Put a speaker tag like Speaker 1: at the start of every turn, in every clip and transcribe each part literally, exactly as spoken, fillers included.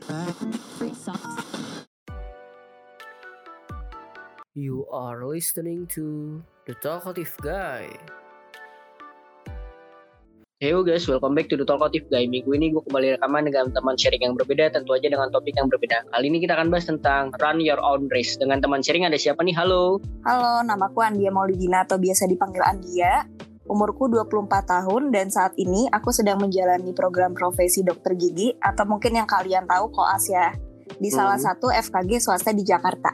Speaker 1: You are listening to The Talkative Guy.
Speaker 2: Hey guys, welcome back to The Talkative Guy. Minggu ini gue kembali rekaman dengan teman sharing yang berbeda, tentu aja dengan topik yang berbeda. Kali ini kita akan bahas tentang Run Your Own Race. Dengan teman sharing ada siapa nih? Halo.
Speaker 3: Halo, namaku Andia Maulidina atau biasa dipanggil Andia. Umurku dua puluh empat tahun dan saat ini aku sedang menjalani program profesi dokter gigi atau mungkin yang kalian tahu koas ya, di hmm. salah satu F K G swasta di Jakarta.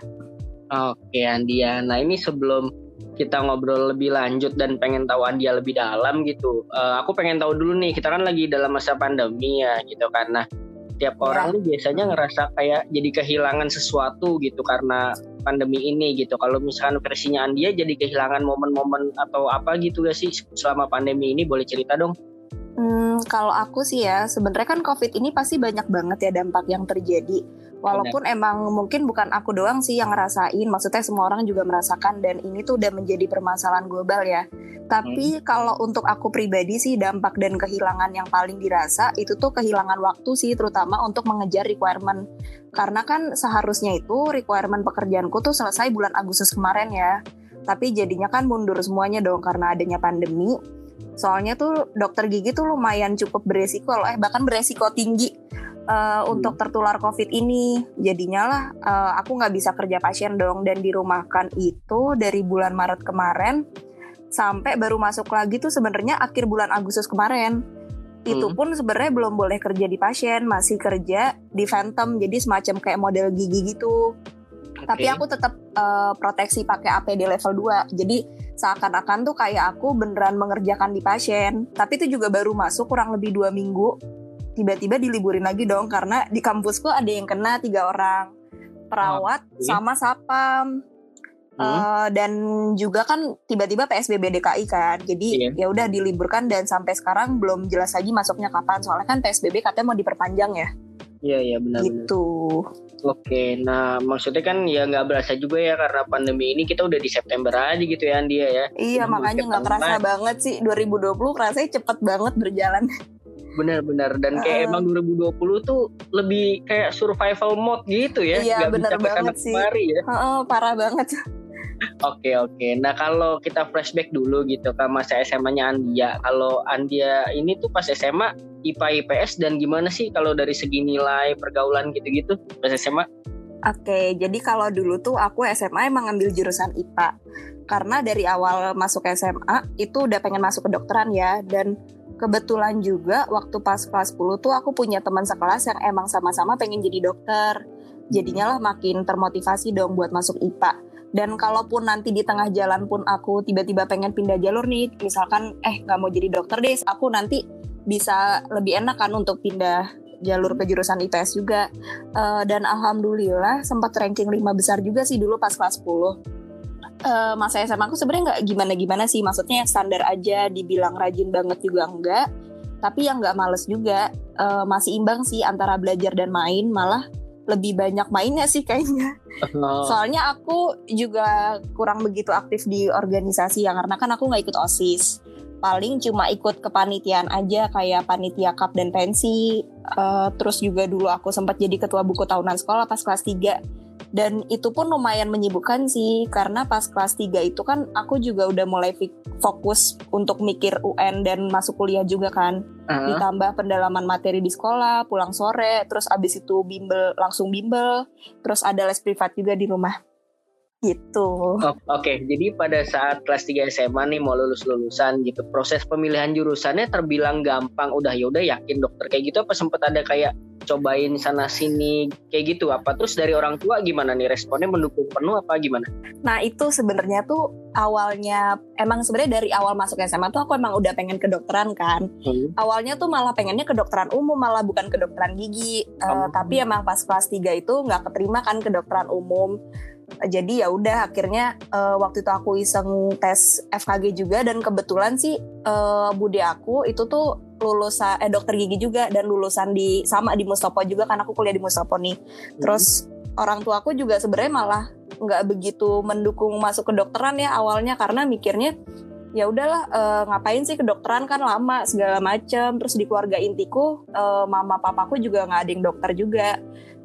Speaker 2: Oke Andia, nah ini sebelum kita ngobrol lebih lanjut dan pengen tahu Andia lebih dalam gitu, uh, aku pengen tahu dulu nih, kita kan lagi dalam masa pandemi ya gitu kan. Nah tiap ya. orang nih biasanya ngerasa kayak jadi kehilangan sesuatu gitu karena pandemi ini gitu. Kalau misalkan versinya Andia jadi kehilangan momen-momen atau apa gitu gak sih selama pandemi ini, boleh cerita dong?
Speaker 3: Hmm, kalau aku sih ya, sebenarnya kan COVID ini pasti banyak banget ya dampak yang terjadi. Walaupun Benar. emang mungkin bukan aku doang sih yang ngerasain, maksudnya semua orang juga merasakan dan ini tuh udah menjadi permasalahan global ya. Tapi hmm. kalau untuk aku pribadi sih dampak dan kehilangan yang paling dirasa itu tuh kehilangan waktu sih, terutama untuk mengejar requirement. Karena kan seharusnya itu requirement pekerjaanku tuh selesai bulan Agustus kemarin ya. Tapi jadinya kan mundur semuanya dong karena adanya pandemi. Soalnya tuh dokter gigi tuh lumayan cukup beresiko loh, eh bahkan beresiko tinggi uh, hmm. untuk tertular COVID ini. Jadinya lah uh, aku nggak bisa kerja pasien dong, dan dirumahkan itu dari bulan Maret kemarin sampai baru masuk lagi tuh sebenarnya akhir bulan Agustus kemarin. Hmm. Itu pun sebenarnya belum boleh kerja di pasien, masih kerja di Phantom, jadi semacam kayak model gigi gitu. Okay. Tapi aku tetap uh, proteksi pakai A P D level dua. Jadi seakan-akan tuh kayak aku beneran mengerjakan di pasien. Tapi itu juga baru masuk kurang lebih dua minggu. Tiba-tiba diliburin lagi dong karena di kampusku ada yang kena tiga orang. Perawat oh, iya. sama sapam. Hmm. Uh, dan juga kan tiba-tiba P S B B D K I kan. Jadi iya. ya udah diliburkan dan sampai sekarang belum jelas lagi masuknya kapan. Soalnya kan P S B B katanya mau diperpanjang ya.
Speaker 2: Iya iya benar-benar.
Speaker 3: Gitu.
Speaker 2: Oke, nah maksudnya kan ya nggak berasa juga ya karena pandemi ini kita udah di September aja gitu ya Andia ya.
Speaker 3: Iya, makanya nggak kerasa banget sih dua ribu dua puluh, rasanya cepet banget berjalan.
Speaker 2: Benar-benar, dan kayak uh, emang dua ribu dua puluh tuh lebih kayak survival mode gitu ya.
Speaker 3: Iya benar banget sih.
Speaker 2: Ya.
Speaker 3: Uh, parah banget.
Speaker 2: Oke oke. Nah kalau kita flashback dulu gitu ke masa S M A-nya Andia. Kalau Andia ini tuh pas S M A I P A I P S dan gimana sih kalau dari segi nilai pergaulan gitu-gitu pas S M A?
Speaker 3: Oke, jadi kalau dulu tuh aku S M A emang ngambil jurusan I P A. Karena dari awal masuk S M A itu udah pengen masuk kedokteran ya, dan kebetulan juga waktu pas kelas sepuluh tuh aku punya teman sekelas yang emang sama-sama pengen jadi dokter. Jadinya lah makin termotivasi dong buat masuk I P A. Dan kalaupun nanti di tengah jalan pun aku tiba-tiba pengen pindah jalur nih, misalkan eh gak mau jadi dokter deh, aku nanti bisa lebih enak kan untuk pindah jalur ke jurusan I P S juga. Uh, dan alhamdulillah sempat ranking lima besar juga sih dulu pas kelas sepuluh. Uh, masa S M A aku sebenarnya gak gimana-gimana sih, maksudnya yang standar aja, dibilang rajin banget juga enggak, tapi yang gak males juga. Uh, masih imbang sih antara belajar dan main, malah lebih banyak mainnya sih kayaknya. Oh. Soalnya aku juga kurang begitu aktif di organisasi ya, karena kan aku gak ikut OSIS. Paling cuma ikut kepanitiaan aja kayak panitia cup dan pensi. Uh, terus juga dulu aku sempat jadi ketua buku tahunan sekolah pas kelas tiga. Dan itu pun lumayan menyibukkan sih, karena pas kelas tiga itu kan aku juga udah mulai fokus untuk mikir U N dan masuk kuliah juga kan. Uh-huh. Ditambah pendalaman materi di sekolah, pulang sore, terus abis itu bimbel, langsung bimbel, terus ada les privat juga di rumah. Gitu.
Speaker 2: Oh, Oke, okay. Jadi pada saat kelas tiga S M A nih mau lulus-lulusan gitu, proses pemilihan jurusannya terbilang gampang, udah ya udah yakin dokter kayak gitu, apa sempat ada kayak cobain sana sini kayak gitu apa? Terus dari orang tua gimana nih, responnya mendukung penuh apa gimana?
Speaker 3: Nah itu sebenarnya tuh awalnya emang sebenarnya dari awal masuk S M A tuh aku emang udah pengen kedokteran kan. Hmm. Awalnya tuh malah pengennya kedokteran umum, malah bukan kedokteran gigi. Uh, hmm. Tapi emang pas kelas tiga itu nggak keterima kan kedokteran umum. Jadi ya udah akhirnya uh, waktu itu aku iseng tes F K G juga, dan kebetulan sih uh, bude aku itu tuh lulusan eh dokter gigi juga dan lulusan di sama di Mustopo juga kan, aku kuliah di Mustopo nih. Hmm. Terus orang tua aku juga sebenarnya malah nggak begitu mendukung masuk kedokteran ya awalnya, karena mikirnya ya udahlah, uh, ngapain sih kedokteran kan lama segala macem. Terus di keluarga intiku uh, mama papaku juga nggak ada yang dokter juga.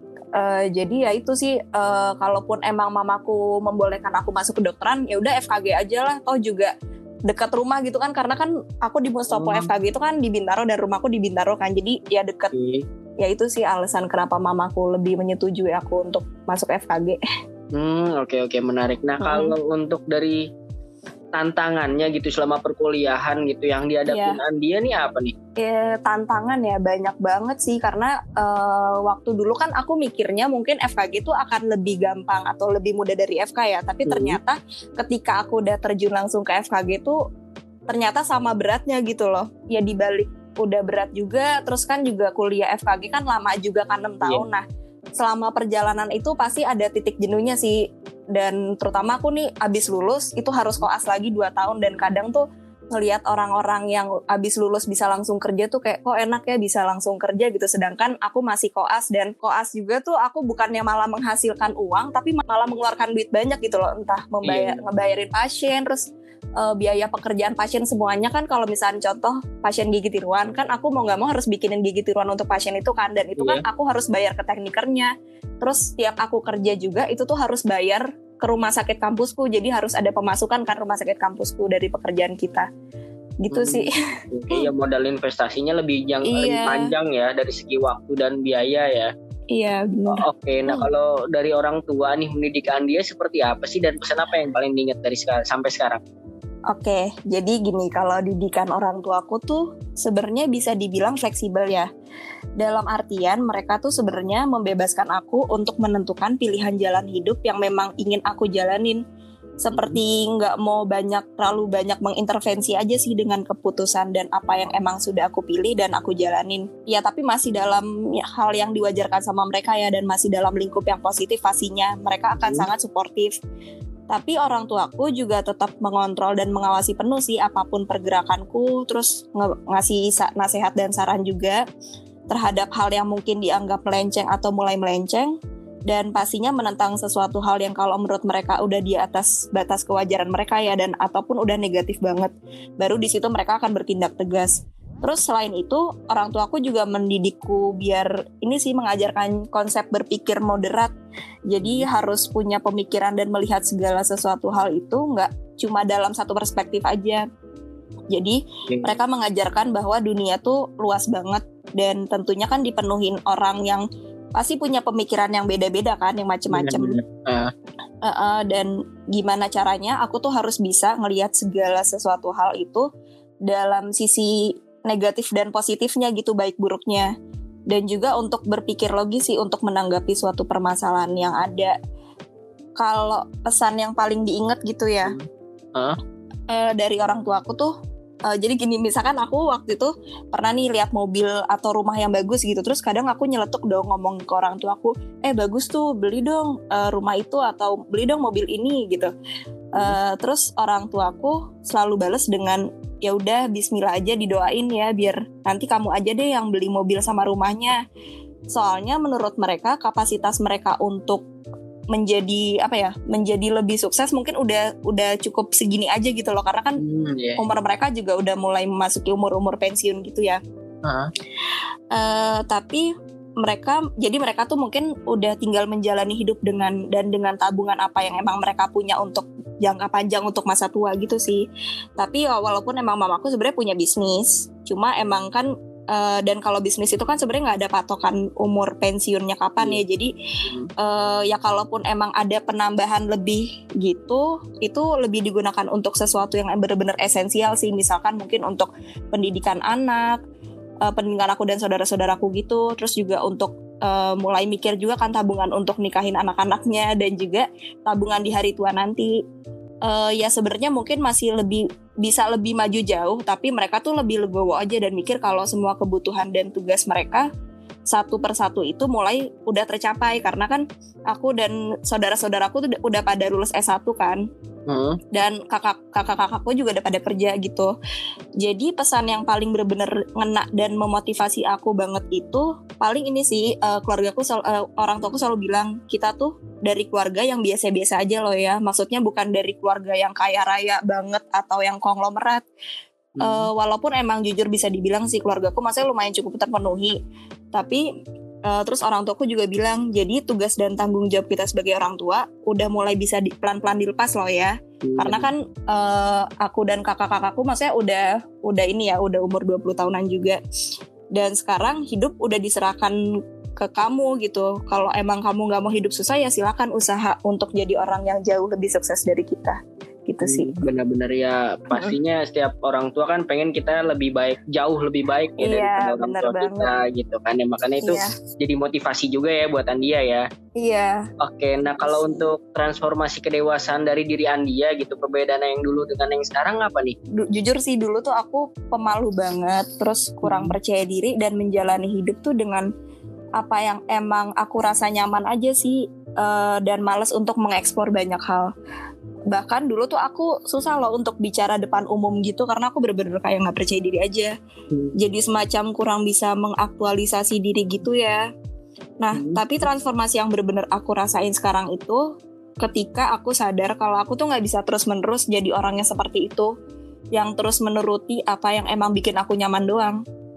Speaker 3: Uh, jadi ya itu sih, uh, kalaupun emang mamaku membolehkan aku masuk kedokteran, ya udah F K G aja lah, toh juga dekat rumah gitu kan, karena kan aku di Mustopo hmm. F K G itu kan di Bintaro dan rumahku di Bintaro kan, jadi ya dekat. Hmm. Ya itu sih alasan kenapa mamaku lebih menyetujui aku untuk masuk F K G.
Speaker 2: Hmm, oke okay, oke okay, menarik. Nah hmm. kalau untuk dari tantangannya gitu selama perkuliahan gitu yang dihadapin yeah. Andia nih apa nih?
Speaker 3: Ya, tantangan ya banyak banget sih, karena uh, waktu dulu kan aku mikirnya mungkin F K G itu akan lebih gampang atau lebih mudah dari F K ya, tapi hmm. ternyata ketika aku udah terjun langsung ke F K G itu ternyata sama beratnya gitu loh. Ya dibalik udah berat juga, terus kan juga kuliah F K G kan lama juga kan enam tahun. Yeah. Nah selama perjalanan itu pasti ada titik jenuhnya sih. Dan terutama aku nih abis lulus itu harus koas lagi dua tahun, dan kadang tuh ngelihat orang-orang yang abis lulus bisa langsung kerja tuh kayak kok enak ya bisa langsung kerja gitu, sedangkan aku masih koas, dan koas juga tuh aku bukannya malah menghasilkan uang tapi malah mengeluarkan duit banyak gitu loh, entah membayar yeah. ngebayarin pasien, terus uh, biaya pekerjaan pasien semuanya kan. Kalau misalnya contoh pasien gigi tiruan kan aku mau nggak mau harus bikinin gigi tiruan untuk pasien itu kan, dan itu yeah. kan aku harus bayar ke teknikernya. Terus tiap aku kerja juga itu tuh harus bayar ke rumah sakit kampusku, jadi harus ada pemasukan kan rumah sakit kampusku dari pekerjaan kita. Gitu hmm. sih.
Speaker 2: Iya, modal investasinya lebih, jang,
Speaker 3: iya.
Speaker 2: lebih panjang ya dari segi waktu dan biaya ya.
Speaker 3: Iya benar.
Speaker 2: Oh, Oke, okay. Nah kalau dari orang tua nih, pendidikan dia seperti apa sih, dan pesan apa yang paling diingat dari sekarang sampai sekarang?
Speaker 3: Oke, jadi gini, kalau didikan orang tuaku tuh sebenarnya bisa dibilang fleksibel ya. Dalam artian mereka tuh sebenarnya membebaskan aku untuk menentukan pilihan jalan hidup yang memang ingin aku jalanin. Seperti nggak mau banyak terlalu banyak mengintervensi aja sih dengan keputusan dan apa yang emang sudah aku pilih dan aku jalanin. Ya tapi masih dalam hal yang diwajarkan sama mereka ya, dan masih dalam lingkup yang positif pastinya. Mereka akan hmm. sangat suportif. Tapi orang tuaku juga tetap mengontrol dan mengawasi penuh sih apapun pergerakanku, terus nge- ngasih sa- nasihat dan saran juga terhadap hal yang mungkin dianggap melenceng atau mulai melenceng, dan pastinya menentang sesuatu hal yang kalau menurut mereka udah di atas batas kewajaran mereka ya, dan ataupun udah negatif banget, baru di situ mereka akan bertindak tegas. Terus selain itu, orang tuaku juga mendidikku biar ini sih mengajarkan konsep berpikir moderat. Jadi harus punya pemikiran dan melihat segala sesuatu hal itu nggak cuma dalam satu perspektif aja. Jadi hmm. mereka mengajarkan bahwa dunia tuh luas banget, dan tentunya kan dipenuhin orang yang pasti punya pemikiran yang beda-beda kan, yang macem-macem. Uh. Uh, uh, dan gimana caranya aku tuh harus bisa ngelihat segala sesuatu hal itu dalam sisi negatif dan positifnya gitu, baik buruknya. Dan juga untuk berpikir logis sih untuk menanggapi suatu permasalahan yang ada. Kalau pesan yang paling diingat gitu ya, uh. eh, dari orang tua aku tuh, eh, jadi gini, misalkan aku waktu itu pernah nih lihat mobil atau rumah yang bagus gitu, terus kadang aku nyeletuk dong ngomong ke orang tua aku, eh bagus tuh, beli dong eh, rumah itu, atau beli dong mobil ini gitu. Eh, terus orang tuaku selalu bales dengan, ya udah bismillah aja, didoain ya biar nanti kamu aja deh yang beli mobil sama rumahnya. Soalnya menurut mereka kapasitas mereka untuk menjadi apa ya, menjadi lebih sukses mungkin udah udah cukup segini aja gitu loh, karena kan hmm, yeah. umur mereka juga udah mulai memasuki umur-umur pensiun gitu ya. Uh-huh. Uh, tapi mereka jadi mereka tuh mungkin udah tinggal menjalani hidup dengan dan dengan tabungan apa yang emang mereka punya untuk jangka panjang untuk masa tua gitu sih. Tapi walaupun emang mamaku sebenarnya punya bisnis, cuma emang kan uh, dan kalau bisnis itu kan sebenarnya nggak ada patokan umur pensiunnya kapan ya. Jadi uh, ya kalaupun emang ada penambahan lebih gitu, itu lebih digunakan untuk sesuatu yang benar-benar esensial sih. Misalkan mungkin untuk pendidikan anak, uh, pendidikan aku dan saudara-saudaraku gitu. Terus juga untuk Uh, mulai mikir juga kan tabungan untuk nikahin anak-anaknya, dan juga tabungan di hari tua nanti. Uh, ya sebenarnya mungkin masih lebih bisa lebih maju jauh, tapi mereka tuh lebih legowo aja dan mikir kalau semua kebutuhan dan tugas mereka satu persatu itu mulai udah tercapai karena kan aku dan saudara-saudaraku tuh udah pada lulus S satu kan. Hmm. Dan kakak kakak-kakakku juga udah pada kerja gitu. Jadi pesan yang paling benar-benar ngena dan memotivasi aku banget itu paling ini sih, uh, keluargaku sel- uh, orang tuaku selalu bilang kita tuh dari keluarga yang biasa-biasa aja loh ya. Maksudnya bukan dari keluarga yang kaya raya banget atau yang konglomerat. Hmm. Uh, walaupun emang jujur bisa dibilang sih keluargaku masih lumayan cukup terpenuhi. Tapi Uh, terus orang tuaku juga bilang, jadi tugas dan tanggung jawab kita sebagai orang tua udah mulai bisa di, pelan-pelan dilepas loh ya. Hmm. Karena kan uh, aku dan kakak-kakakku maksudnya udah udah ini ya, udah umur dua puluh tahunan juga. Dan sekarang hidup udah diserahkan ke kamu gitu. Kalau emang kamu gak mau hidup susah ya silakan usaha untuk jadi orang yang jauh lebih sukses dari kita. Gitu sih.
Speaker 2: Benar-benar ya, pastinya setiap orang tua kan pengen kita lebih baik, jauh lebih baik ya
Speaker 3: iya,
Speaker 2: dari orang tua banget. Kita gitu kan ya, makanya itu iya. Jadi motivasi juga ya buat Andia ya.
Speaker 3: Iya.
Speaker 2: Oke, nah kalau untuk transformasi kedewasaan dari diri Andia gitu, perbedaan yang dulu dengan yang sekarang apa nih?
Speaker 3: Jujur sih dulu tuh aku pemalu banget, terus kurang hmm. percaya diri dan menjalani hidup tuh dengan apa yang emang aku rasa nyaman aja sih, uh, dan malas untuk mengeksplor banyak hal. Bahkan dulu tuh aku susah loh untuk bicara depan umum gitu karena aku bener-bener kayak gak percaya diri aja. hmm. Jadi semacam kurang bisa mengaktualisasi diri gitu ya. Nah hmm. tapi transformasi yang bener-bener aku rasain sekarang itu ketika aku sadar kalau aku tuh gak bisa terus-menerus jadi orang yang seperti itu, yang terus menuruti apa yang emang bikin aku nyaman doang.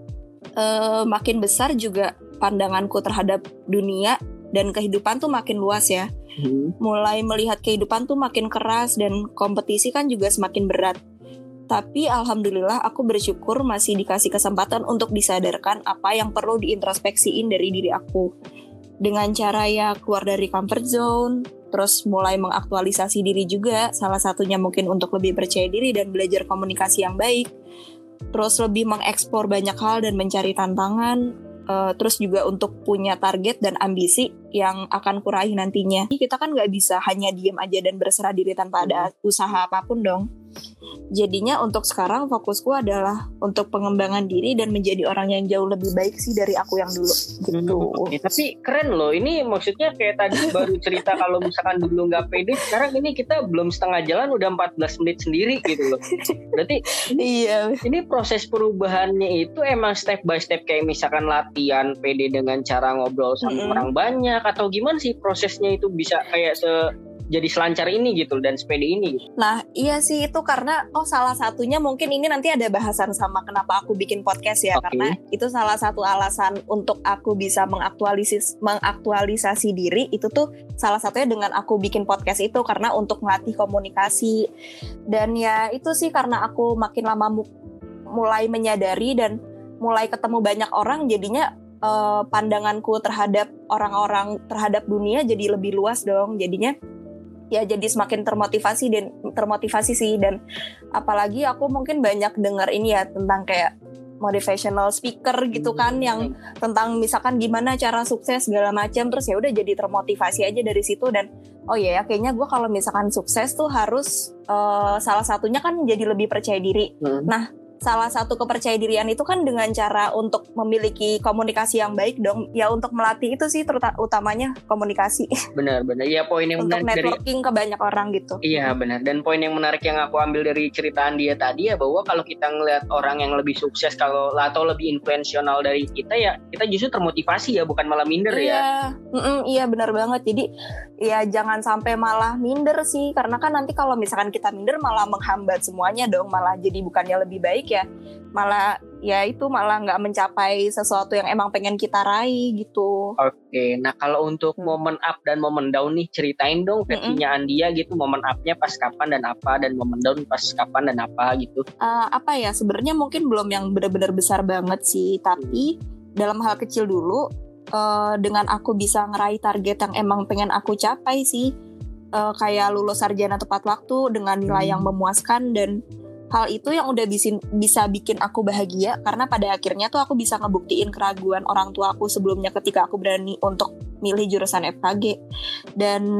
Speaker 3: e, Makin besar juga pandanganku terhadap dunia dan kehidupan tuh makin luas ya. Hmm. Mulai melihat kehidupan tuh makin keras dan kompetisi kan juga semakin berat. Tapi alhamdulillah aku bersyukur masih dikasih kesempatan untuk disadarkan apa yang perlu diintrospeksiin dari diri aku. Dengan cara ya keluar dari comfort zone, terus mulai mengaktualisasi diri juga. Salah satunya mungkin untuk lebih percaya diri dan belajar komunikasi yang baik. Terus lebih mengeksplor banyak hal dan mencari tantangan. Uh, terus juga untuk punya target dan ambisi yang akan kuraih nantinya. Kita kan gak bisa hanya diem aja dan berserah diri tanpa ada usaha apapun dong. Jadinya untuk sekarang fokusku adalah untuk pengembangan diri dan menjadi orang yang jauh lebih baik sih dari aku yang dulu gitu.
Speaker 2: Hmm, okay. Tapi keren loh, ini maksudnya kayak tadi baru cerita kalau misalkan dulu gak pede, sekarang ini kita belum setengah jalan udah empat belas menit sendiri gitu loh. Berarti ini, iya. Ini proses perubahannya itu emang step by step, kayak misalkan latihan pede dengan cara ngobrol sama mm-hmm. orang banyak, atau gimana sih prosesnya itu bisa kayak se jadi selancar ini gitu dan sepede ini gitu.
Speaker 3: Nah iya sih itu karena oh salah satunya mungkin ini nanti ada bahasan sama kenapa aku bikin podcast ya. Okay. Karena itu salah satu alasan untuk aku bisa mengaktualisis mengaktualisasi diri itu tuh salah satunya dengan aku bikin podcast itu karena untuk melatih komunikasi. Dan ya itu sih karena aku makin lama mu- mulai menyadari dan mulai ketemu banyak orang jadinya uh, pandanganku terhadap orang-orang terhadap dunia jadi lebih luas dong jadinya. Ya jadi semakin termotivasi dan termotivasi sih. Dan apalagi aku mungkin banyak dengar ini ya tentang kayak motivational speaker gitu kan, yang tentang misalkan gimana cara sukses segala macam. Terus ya udah jadi termotivasi aja dari situ. Dan oh iya ya kayaknya gue kalau misalkan sukses tuh harus uh, salah satunya kan jadi lebih percaya diri. hmm. Nah salah satu kepercayaan itu kan dengan cara untuk memiliki komunikasi yang baik dong. Ya untuk melatih itu sih teruta- utamanya komunikasi.
Speaker 2: Benar-benar. Ya poin yang
Speaker 3: untuk
Speaker 2: menarik
Speaker 3: networking
Speaker 2: dari,
Speaker 3: ke banyak orang gitu.
Speaker 2: Iya benar. Dan poin yang menarik yang aku ambil dari ceritaan dia tadi ya, bahwa kalau kita ngelihat orang yang lebih sukses kalau atau lebih influensial dari kita ya, kita justru termotivasi ya, bukan malah minder.
Speaker 3: Iya. ya. Iya benar banget. Jadi ya jangan sampai malah minder sih, karena kan nanti kalau misalkan kita minder malah menghambat semuanya dong, malah jadi bukannya lebih baik ya, malah ya itu malah nggak mencapai sesuatu yang emang pengen kita raih gitu.
Speaker 2: Oke, nah kalau untuk hmm. momen up dan momen down nih, ceritain dong versinya Andia gitu, momen upnya pas kapan dan apa, dan momen down pas kapan dan apa gitu.
Speaker 3: Uh, apa ya, sebenarnya mungkin belum yang benar-benar besar banget sih, tapi dalam hal kecil dulu, uh, dengan aku bisa ngeraih target yang emang pengen aku capai sih, uh, kayak lulus sarjana tepat waktu dengan nilai yang memuaskan, dan hal itu yang udah bisa, bisa bikin aku bahagia karena pada akhirnya tuh aku bisa ngebuktiin keraguan orang tua aku sebelumnya ketika aku berani untuk milih jurusan F K G. Dan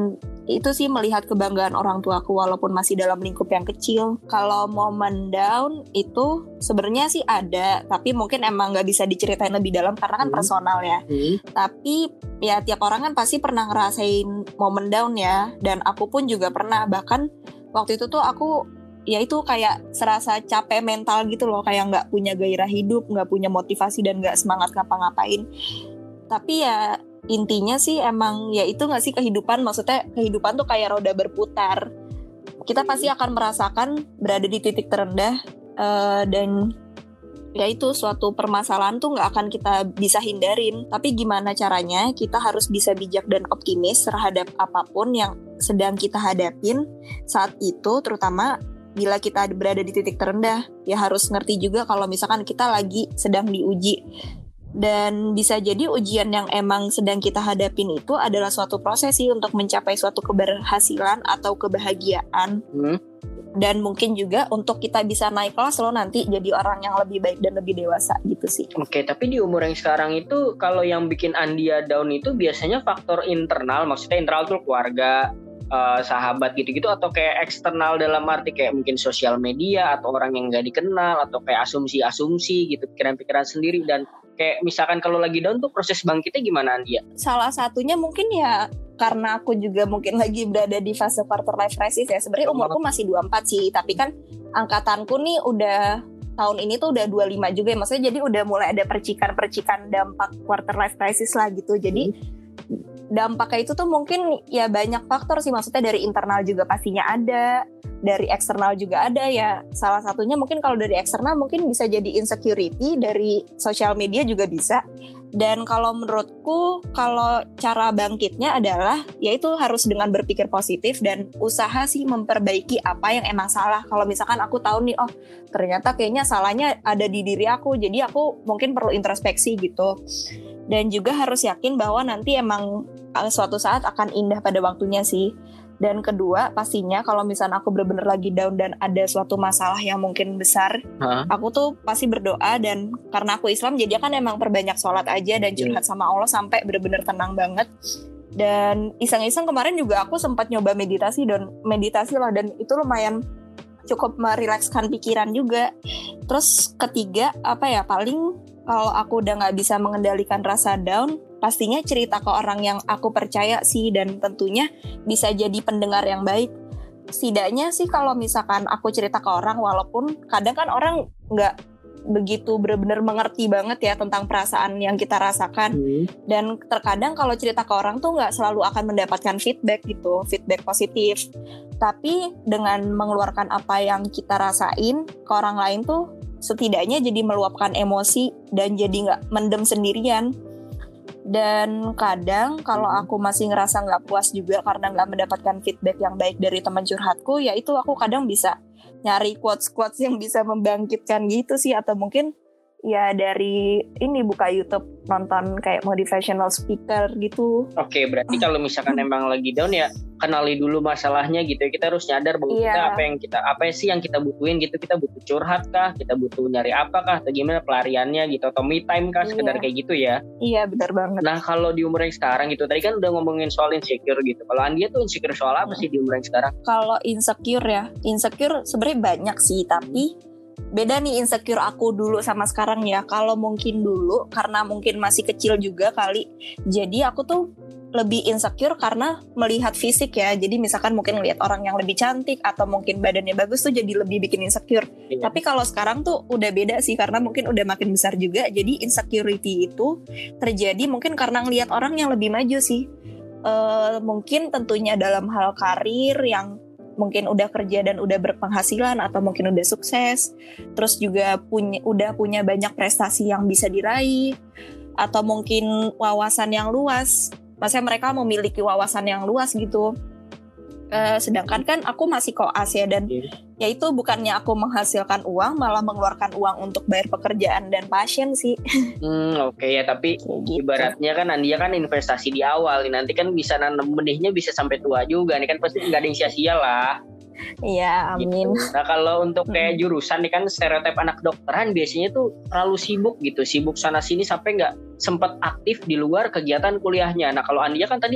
Speaker 3: itu sih melihat kebanggaan orang tuaku walaupun masih dalam lingkup yang kecil. Kalau momen down itu sebenarnya sih ada, tapi mungkin emang nggak bisa diceritain lebih dalam karena kan
Speaker 2: Hmm.
Speaker 3: personal ya.
Speaker 2: Hmm.
Speaker 3: Tapi ya tiap orang kan pasti pernah ngerasain momen down ya, dan aku pun juga pernah. Bahkan waktu itu tuh aku ya itu kayak serasa capek mental gitu loh, kayak nggak punya gairah hidup, nggak punya motivasi dan nggak semangat ngapa-ngapain. Tapi ya intinya sih emang ya itu nggak sih kehidupan, maksudnya kehidupan tuh kayak roda berputar. Kita pasti akan merasakan berada di titik terendah, eh, dan ya itu suatu permasalahan tuh nggak akan kita bisa hindarin. Tapi gimana caranya kita harus bisa bijak dan optimis terhadap apapun yang sedang kita hadapin saat itu, terutama bila kita berada di titik terendah. Ya harus ngerti juga kalau misalkan kita lagi sedang diuji. Dan bisa jadi ujian yang emang sedang kita hadapin itu adalah suatu proses sih untuk mencapai suatu keberhasilan atau kebahagiaan.
Speaker 2: Hmm.
Speaker 3: Dan mungkin juga untuk kita bisa naik kelas loh nanti jadi orang yang lebih baik dan lebih dewasa gitu sih.
Speaker 2: Oke, tapi di umur yang sekarang itu kalau yang bikin Andia down itu biasanya faktor internal, maksudnya internal tuh keluarga, eh, sahabat gitu-gitu, atau kayak eksternal dalam arti kayak mungkin sosial media atau orang yang nggak dikenal, atau kayak asumsi-asumsi gitu, pikiran-pikiran sendiri. Dan kayak misalkan kalau lagi down tuh proses bangkitnya gimana Andia?
Speaker 3: Salah satunya mungkin ya karena aku juga mungkin lagi berada di fase quarter life crisis ya. Sebenarnya umurku masih dua puluh empat sih, tapi kan angkatanku nih udah tahun ini tuh udah dua puluh lima juga ya. Maksudnya jadi udah mulai ada percikan-percikan dampak quarter life crisis lah gitu. Jadi dampaknya itu tuh mungkin ya banyak faktor sih, maksudnya dari internal juga pastinya ada, dari eksternal juga ada ya. Salah satunya mungkin kalau dari eksternal mungkin bisa jadi insecurity, dari sosial media juga bisa. Dan kalau menurutku kalau cara bangkitnya adalah yaitu harus dengan berpikir positif dan usaha sih memperbaiki apa yang emang salah. Kalau misalkan aku tahu nih, oh ternyata kayaknya salahnya ada di diri aku, jadi aku mungkin perlu introspeksi gitu. Dan juga harus yakin bahwa nanti emang suatu saat akan indah pada waktunya sih. Dan kedua, pastinya kalau misalnya aku benar-benar lagi down dan ada suatu masalah yang mungkin besar,
Speaker 2: Hah?
Speaker 3: aku tuh pasti berdoa. Dan karena aku Islam, jadi kan emang perbanyak sholat aja dan curhat sama Allah sampai benar-benar tenang banget. Dan iseng-iseng kemarin juga aku sempat nyoba meditasi dan meditasi lah, dan itu lumayan cukup merilekskan pikiran juga. Terus ketiga, apa ya, paling kalau aku udah nggak bisa mengendalikan rasa down, pastinya cerita ke orang yang aku percaya sih, dan tentunya bisa jadi pendengar yang baik. Setidaknya sih kalau misalkan aku cerita ke orang, walaupun kadang kan orang nggak begitu benar-benar mengerti banget ya tentang perasaan yang kita rasakan.
Speaker 2: Hmm.
Speaker 3: Dan terkadang kalau cerita ke orang tuh nggak selalu akan mendapatkan feedback gitu, feedback positif. Tapi dengan mengeluarkan apa yang kita rasain ke orang lain tuh setidaknya jadi meluapkan emosi dan jadi nggak mendem sendirian. Dan kadang kalau aku masih ngerasa nggak puas juga karena nggak mendapatkan feedback yang baik dari teman curhatku, ya itu aku kadang bisa nyari quotes-quotes yang bisa membangkitkan gitu sih. Atau mungkin ya dari ini buka YouTube, nonton kayak motivational speaker gitu.
Speaker 2: Oke, berarti kalau misalkan emang lagi down ya kenali dulu masalahnya gitu ya. Kita harus nyadar bahwa
Speaker 3: Iya.
Speaker 2: kita apa yang kita apa sih yang kita butuhin gitu. Kita butuh curhat kah? Kita butuh nyari apa kah? Atau gimana pelariannya gitu, atau me time kah, sekedar
Speaker 3: Iya.
Speaker 2: kayak gitu ya.
Speaker 3: Iya benar banget.
Speaker 2: Nah, kalau di umur yang sekarang gitu, tadi kan udah ngomongin soal insecure gitu. Kalau Andia tuh insecure soal apa sih di umur yang sekarang?
Speaker 3: Kalau insecure ya, insecure sebenarnya banyak sih, tapi beda nih insecure aku dulu sama sekarang ya. Kalau mungkin dulu karena mungkin masih kecil juga kali, jadi aku tuh lebih insecure karena melihat fisik ya. Jadi misalkan mungkin lihat orang yang lebih cantik atau mungkin badannya bagus tuh jadi lebih bikin insecure.
Speaker 2: Iya.
Speaker 3: Tapi kalau sekarang tuh udah beda sih, karena mungkin udah makin besar juga. Jadi insecurity itu terjadi mungkin karena ngelihat orang yang lebih maju sih. Eh, mungkin tentunya dalam hal karir yang mungkin udah kerja dan udah berpenghasilan atau mungkin udah sukses, terus juga punya udah punya banyak prestasi yang bisa diraih, atau mungkin wawasan yang luas. Maksudnya mereka memiliki wawasan yang luas gitu. Eh, sedangkan kan aku masih koas ya, dan
Speaker 2: Iya.
Speaker 3: ya itu bukannya aku menghasilkan uang, malah mengeluarkan uang untuk bayar pekerjaan dan pasien sih.
Speaker 2: Hmm, oke ya, tapi
Speaker 3: Kayak gitu.
Speaker 2: ibaratnya kan Andia kan investasi di awal nih, nanti kan bisa nanam benihnya bisa sampai tua juga nih kan, pasti nggak ada yang sia-sia lah.
Speaker 3: Iya, amin.
Speaker 2: Gitu. Nah, kalau untuk kayak jurusan nih kan stereotip anak dokteran biasanya tuh terlalu sibuk gitu, sibuk sana sini sampai nggak sempat aktif di luar kegiatan kuliahnya. Nah, kalau Andia kan tadi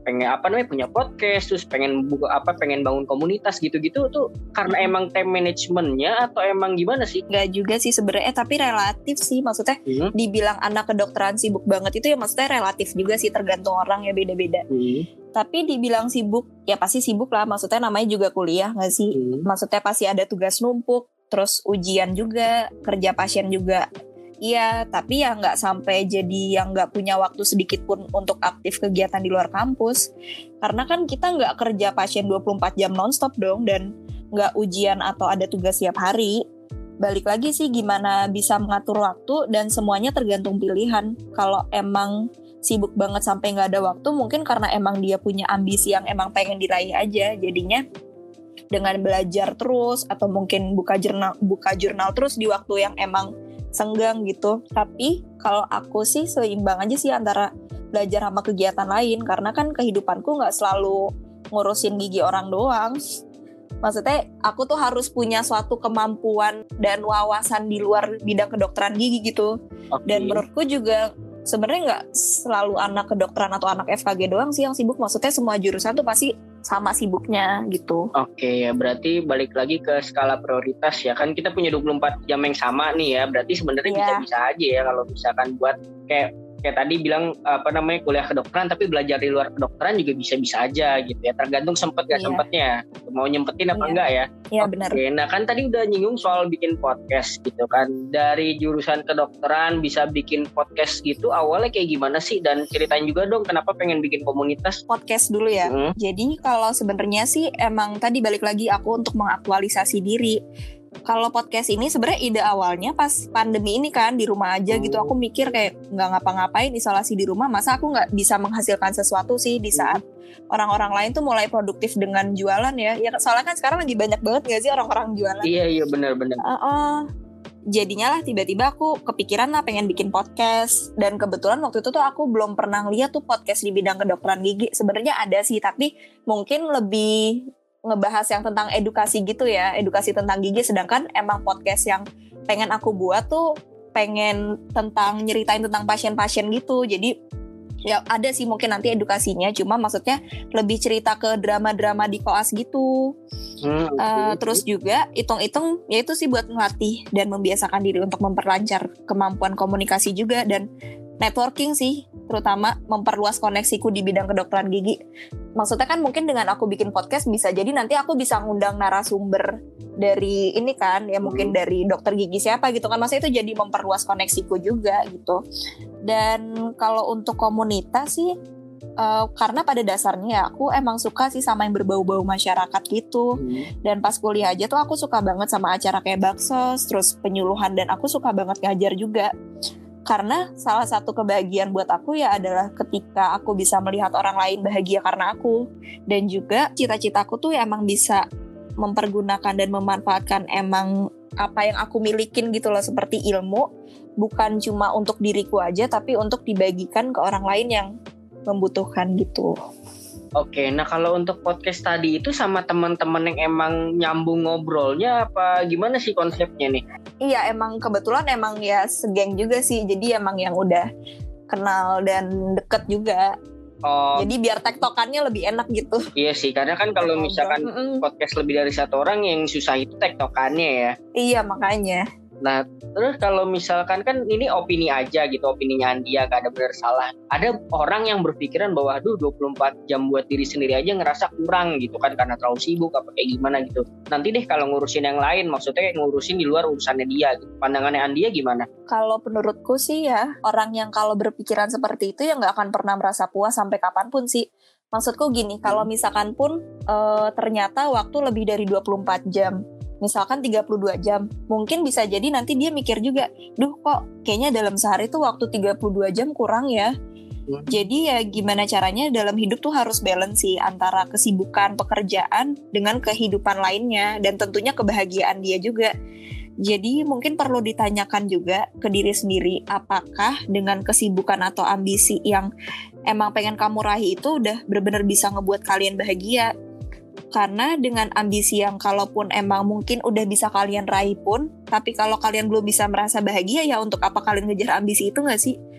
Speaker 2: pengen apa namanya punya podcast, terus pengen buka apa pengen bangun komunitas gitu-gitu tuh karena emang time managementnya atau emang gimana sih?
Speaker 3: Gak juga sih sebenarnya, eh, tapi relatif sih, maksudnya hmm. dibilang anak kedokteran sibuk banget itu ya maksudnya relatif juga sih, tergantung orang ya, beda-beda. Hmm. Tapi dibilang sibuk, ya pasti sibuk lah, maksudnya namanya juga kuliah gak sih? Hmm. Maksudnya pasti ada tugas numpuk, terus ujian juga, kerja pasien juga. Iya, tapi ya nggak sampai jadi yang nggak punya waktu sedikit pun untuk aktif kegiatan di luar kampus. Karena kan kita nggak kerja pasien dua puluh empat jam nonstop dong, dan nggak ujian atau ada tugas tiap hari. Balik lagi sih gimana bisa mengatur waktu, dan semuanya tergantung pilihan. Kalau emang sibuk banget sampai nggak ada waktu, mungkin karena emang dia punya ambisi yang emang pengen diraih aja, jadinya dengan belajar terus atau mungkin buka jurnal buka jurnal terus di waktu yang emang senggang gitu. Tapi kalau aku sih seimbang aja sih antara belajar sama kegiatan lain, karena kan kehidupanku nggak selalu ngurusin gigi orang doang. Maksudnya aku tuh harus punya suatu kemampuan dan wawasan di luar bidang kedokteran gigi gitu. Okay. Dan menurutku juga sebenarnya nggak selalu anak kedokteran atau anak F K G doang sih yang sibuk. Maksudnya semua jurusan tuh pasti sama sibuknya gitu.
Speaker 2: Oke, ya berarti balik lagi ke skala prioritas ya. Kan kita punya dua puluh empat jam yang sama nih ya. Berarti sebenarnya yeah. bisa-bisa aja ya kalau misalkan buat kayak kayak tadi bilang apa namanya kuliah kedokteran tapi belajar di luar kedokteran juga bisa-bisa aja gitu ya. Tergantung sempet gak yeah. sempetnya. Mau nyempetin apa yeah. enggak ya.
Speaker 3: Iya yeah, benar.
Speaker 2: Oke, nah kan tadi udah nyinggung soal bikin podcast gitu kan. Dari jurusan kedokteran bisa bikin podcast gitu, awalnya kayak gimana sih? Dan ceritain juga dong kenapa pengen bikin komunitas.
Speaker 3: Podcast dulu ya. Hmm. Jadi kalau sebenarnya sih emang tadi balik lagi aku untuk mengaktualisasi diri. Kalau podcast ini sebenarnya ide awalnya pas pandemi ini kan di rumah aja gitu, aku mikir kayak nggak ngapa-ngapain, isolasi di rumah, masa aku nggak bisa menghasilkan sesuatu sih di saat orang-orang lain tuh mulai produktif dengan jualan ya. Ya soalnya kan sekarang lagi banyak banget nggak sih orang-orang jualan?
Speaker 2: Iya iya benar-benar.
Speaker 3: Uh, uh, jadinya lah tiba-tiba aku kepikiran lah pengen bikin podcast, dan kebetulan waktu itu tuh aku belum pernah lihat tuh podcast di bidang kedokteran gigi. Sebenarnya ada sih, tapi mungkin lebih ngebahas yang tentang edukasi gitu ya, edukasi tentang gigi, sedangkan emang podcast yang pengen aku buat tuh pengen tentang nyeritain tentang pasien-pasien gitu. Jadi ya ada sih mungkin nanti edukasinya, cuma maksudnya lebih cerita ke drama-drama di koas gitu. hmm, uh, okay. Terus juga hitung-hitung ya itu sih buat ngelatih dan membiasakan diri untuk memperlancar kemampuan komunikasi juga, dan networking sih, terutama memperluas koneksiku di bidang kedokteran gigi. Maksudnya kan mungkin dengan aku bikin podcast bisa jadi nanti aku bisa ngundang narasumber dari ini kan, ya mungkin dari dokter gigi siapa gitu kan, maksudnya itu jadi memperluas koneksiku juga gitu. Dan kalau untuk komunitas sih, uh, karena pada dasarnya aku emang suka sih sama yang berbau-bau masyarakat gitu. Dan pas kuliah aja tuh aku suka banget sama acara kayak baksos, terus penyuluhan, dan aku suka banget ngajar juga. Karena salah satu kebahagiaan buat aku ya adalah ketika aku bisa melihat orang lain bahagia karena aku. Dan juga cita-citaku tuh ya emang bisa mempergunakan dan memanfaatkan emang apa yang aku milikin gitu loh, seperti ilmu. Bukan cuma untuk diriku aja, tapi untuk dibagikan ke orang lain yang membutuhkan gitu.
Speaker 2: Oke, nah kalau untuk podcast tadi itu sama teman-teman yang emang nyambung ngobrolnya apa gimana sih konsepnya nih?
Speaker 3: Iya, emang kebetulan emang ya segeng juga sih, jadi emang yang udah kenal dan deket juga. Oh. Jadi biar tektokannya lebih enak gitu.
Speaker 2: Iya sih, karena kan kalau misalkan Mm-mm. podcast lebih dari satu orang yang susah itu tektokannya ya.
Speaker 3: Iya, makanya.
Speaker 2: Nah, terus kalau misalkan kan ini opini aja gitu, opininya Andia, gak ada benar salah. Ada orang yang berpikiran bahwa aduh dua puluh empat jam buat diri sendiri aja ngerasa kurang gitu kan, karena terlalu sibuk apa kayak gimana gitu. Nanti deh kalau ngurusin yang lain, maksudnya ngurusin di luar urusannya dia gitu. Pandangannya Andia gimana?
Speaker 3: Kalau menurutku sih ya, orang yang kalau berpikiran seperti itu ya gak akan pernah merasa puas sampai kapanpun sih. Maksudku gini, kalau misalkan pun e, ternyata waktu lebih dari dua puluh empat jam, misalkan tiga puluh dua jam, mungkin bisa jadi nanti dia mikir juga, duh kok kayaknya dalam sehari tuh waktu tiga puluh dua jam kurang ya. Hmm. Jadi ya gimana caranya dalam hidup tuh harus balance sih antara kesibukan pekerjaan dengan kehidupan lainnya, dan tentunya kebahagiaan dia juga. Jadi mungkin perlu ditanyakan juga ke diri sendiri, apakah dengan kesibukan atau ambisi yang emang pengen kamu raih itu udah benar-benar bisa ngebuat kalian bahagia. Karena dengan ambisi yang kalaupun emang mungkin udah bisa kalian raih pun, tapi kalau kalian belum bisa merasa bahagia, ya untuk apa kalian ngejar ambisi itu gak sih?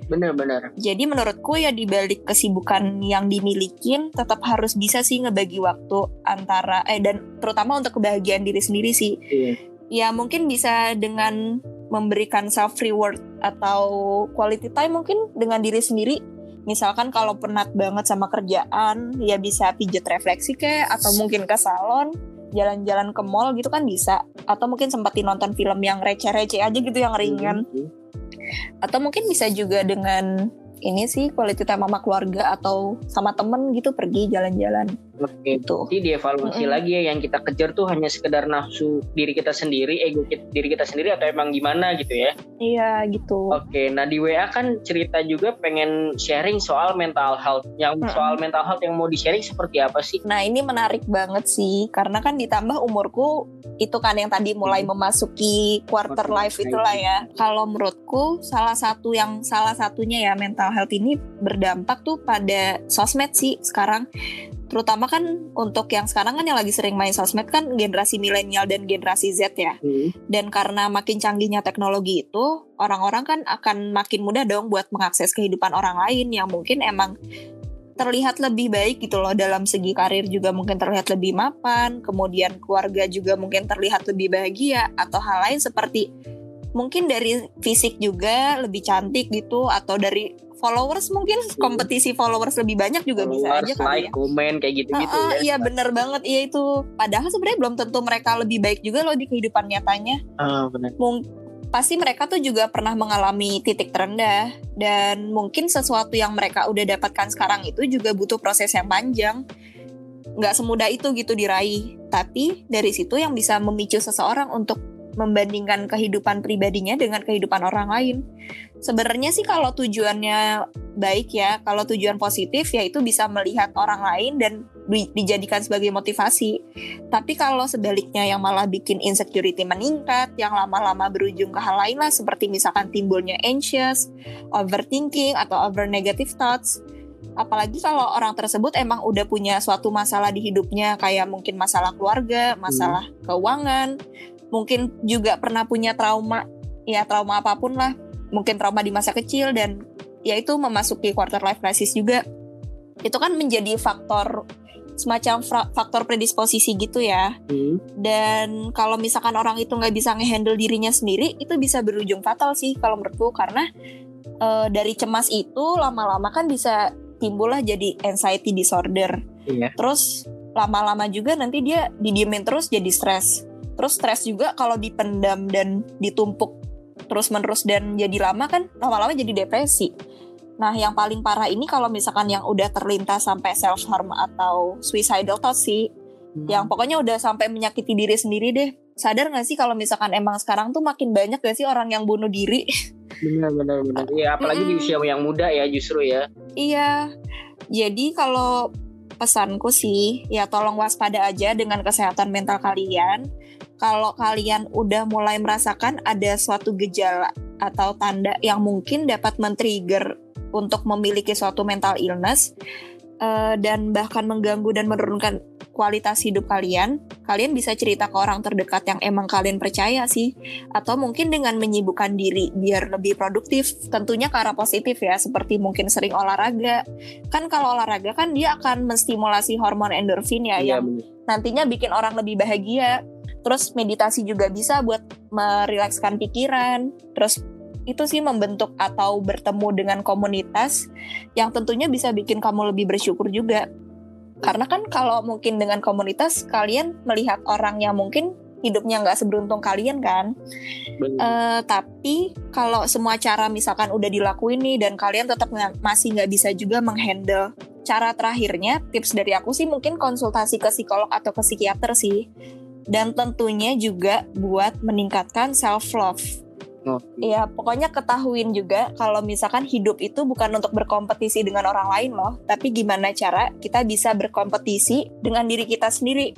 Speaker 2: Benar-benar.
Speaker 3: Jadi menurutku ya dibalik kesibukan yang dimilikin tetap harus bisa sih ngebagi waktu antara eh dan terutama untuk kebahagiaan diri sendiri sih.
Speaker 2: Iya.
Speaker 3: Ya mungkin bisa dengan memberikan self reward atau quality time mungkin dengan diri sendiri. Misalkan kalau penat banget sama kerjaan, ya bisa pijet refleksi kayak atau mungkin ke salon, jalan-jalan ke mall gitu kan bisa. Atau mungkin sempatin nonton film yang receh-receh aja gitu yang ringan.
Speaker 2: Mm-hmm.
Speaker 3: Atau mungkin bisa juga dengan ini sih quality time sama keluarga atau sama temen gitu pergi jalan-jalan.
Speaker 2: Oke,
Speaker 3: Gitu.
Speaker 2: jadi dievaluasi
Speaker 3: Mm-mm.
Speaker 2: lagi ya, yang kita kejar tuh hanya sekedar nafsu diri kita sendiri, ego kita, diri kita sendiri atau emang gimana gitu ya.
Speaker 3: Iya gitu.
Speaker 2: Oke, nah di W A kan cerita juga pengen sharing soal mental health. Yang
Speaker 3: Mm-mm.
Speaker 2: soal mental health yang mau di-sharing seperti apa sih?
Speaker 3: Nah ini menarik banget sih karena kan ditambah umurku itu kan yang tadi mulai memasuki quarter life itulah ya. Kalau menurutku salah satu yang salah satunya ya mental health ini berdampak tuh pada sosmed sih sekarang. Terutama kan untuk yang sekarang kan yang lagi sering main sosmed kan generasi milenial dan generasi Z ya.
Speaker 2: Hmm.
Speaker 3: Dan karena makin canggihnya teknologi itu, orang-orang kan akan makin mudah dong buat mengakses kehidupan orang lain yang mungkin emang terlihat lebih baik gitu loh, dalam segi karir juga mungkin terlihat lebih mapan, kemudian keluarga juga mungkin terlihat lebih bahagia, atau hal lain seperti mungkin dari fisik juga lebih cantik gitu, atau dari followers mungkin kompetisi followers lebih banyak juga bisa
Speaker 2: Followers,
Speaker 3: aja kali
Speaker 2: like,
Speaker 3: ya.
Speaker 2: komen kayak gitu-gitu
Speaker 3: Uh, uh,
Speaker 2: ya.
Speaker 3: iya bener banget, iya itu. Padahal sebenarnya belum tentu mereka lebih baik juga loh di kehidupan nyatanya.
Speaker 2: Ah, benar.
Speaker 3: Mung- pasti mereka tuh juga pernah mengalami titik terendah, dan mungkin sesuatu yang mereka udah dapatkan sekarang itu juga butuh proses yang panjang. Nggak semudah itu gitu diraih. Tapi dari situ yang bisa memicu seseorang untuk membandingkan kehidupan pribadinya dengan kehidupan orang lain. Sebenarnya sih kalau tujuannya baik ya, kalau tujuan positif ya itu bisa melihat orang lain dan di- dijadikan sebagai motivasi. Tapi kalau sebaliknya yang malah bikin insecurity meningkat, yang lama-lama berujung ke hal lain lah, seperti misalkan timbulnya anxious, overthinking, atau over negative thoughts. Apalagi kalau orang tersebut emang udah punya suatu masalah di hidupnya, kayak mungkin masalah keluarga, masalah keuangan, mungkin juga pernah punya trauma, ya trauma apapun lah, mungkin trauma di masa kecil, dan ya itu memasuki quarter life crisis juga. Itu kan menjadi faktor, semacam fra- faktor predisposisi gitu ya.
Speaker 2: Hmm.
Speaker 3: Dan kalau misalkan orang itu nggak bisa ngehandle dirinya sendiri, itu bisa berujung fatal sih kalau menurutku, karena e, dari cemas itu lama-lama kan bisa timbullah jadi anxiety disorder.
Speaker 2: Iya.
Speaker 3: Terus lama-lama juga nanti dia didiemin terus jadi stres. Terus stres juga kalau dipendam dan ditumpuk terus-menerus dan jadi lama kan lama-lama jadi depresi. Nah yang paling parah ini kalau misalkan yang udah terlintas sampai self-harm atau suicidal thoughts sih.
Speaker 2: Hmm.
Speaker 3: Yang pokoknya udah sampai menyakiti diri sendiri deh. Sadar gak sih kalau misalkan emang sekarang tuh makin banyak gak sih orang yang bunuh diri?
Speaker 2: Benar-benar benar. Iya, apalagi di
Speaker 3: Mm-mm.
Speaker 2: usia yang muda ya justru ya.
Speaker 3: Iya. Jadi kalau pesanku sih ya tolong waspada aja dengan kesehatan mental kalian. Kalau kalian udah mulai merasakan ada suatu gejala atau tanda yang mungkin dapat men-trigger untuk memiliki suatu mental illness uh, dan bahkan mengganggu dan menurunkan kualitas hidup kalian, kalian bisa cerita ke orang terdekat yang emang kalian percaya sih, atau mungkin dengan menyibukkan diri biar lebih produktif, tentunya ke arah positif ya, seperti mungkin sering olahraga. Kan kalau olahraga kan dia akan menstimulasi hormon endorfin ya,
Speaker 2: Iya,
Speaker 3: yang
Speaker 2: benar.
Speaker 3: nantinya bikin orang lebih bahagia. Terus meditasi juga bisa buat merilekskan pikiran. Terus itu sih membentuk atau bertemu dengan komunitas yang tentunya bisa bikin kamu lebih bersyukur juga. Karena kan kalau mungkin dengan komunitas kalian melihat orang yang mungkin hidupnya nggak seberuntung kalian kan.
Speaker 2: Benar.
Speaker 3: Eh, tapi kalau semua cara misalkan udah dilakuin nih dan kalian tetap nggak- masih nggak bisa juga menghandle, cara terakhirnya tips dari aku sih mungkin konsultasi ke psikolog atau ke psikiater sih. Dan tentunya juga buat meningkatkan self love.
Speaker 2: Oke.
Speaker 3: Ya pokoknya ketahuin juga kalau misalkan hidup itu bukan untuk berkompetisi dengan orang lain loh, tapi gimana cara kita bisa berkompetisi dengan diri kita sendiri.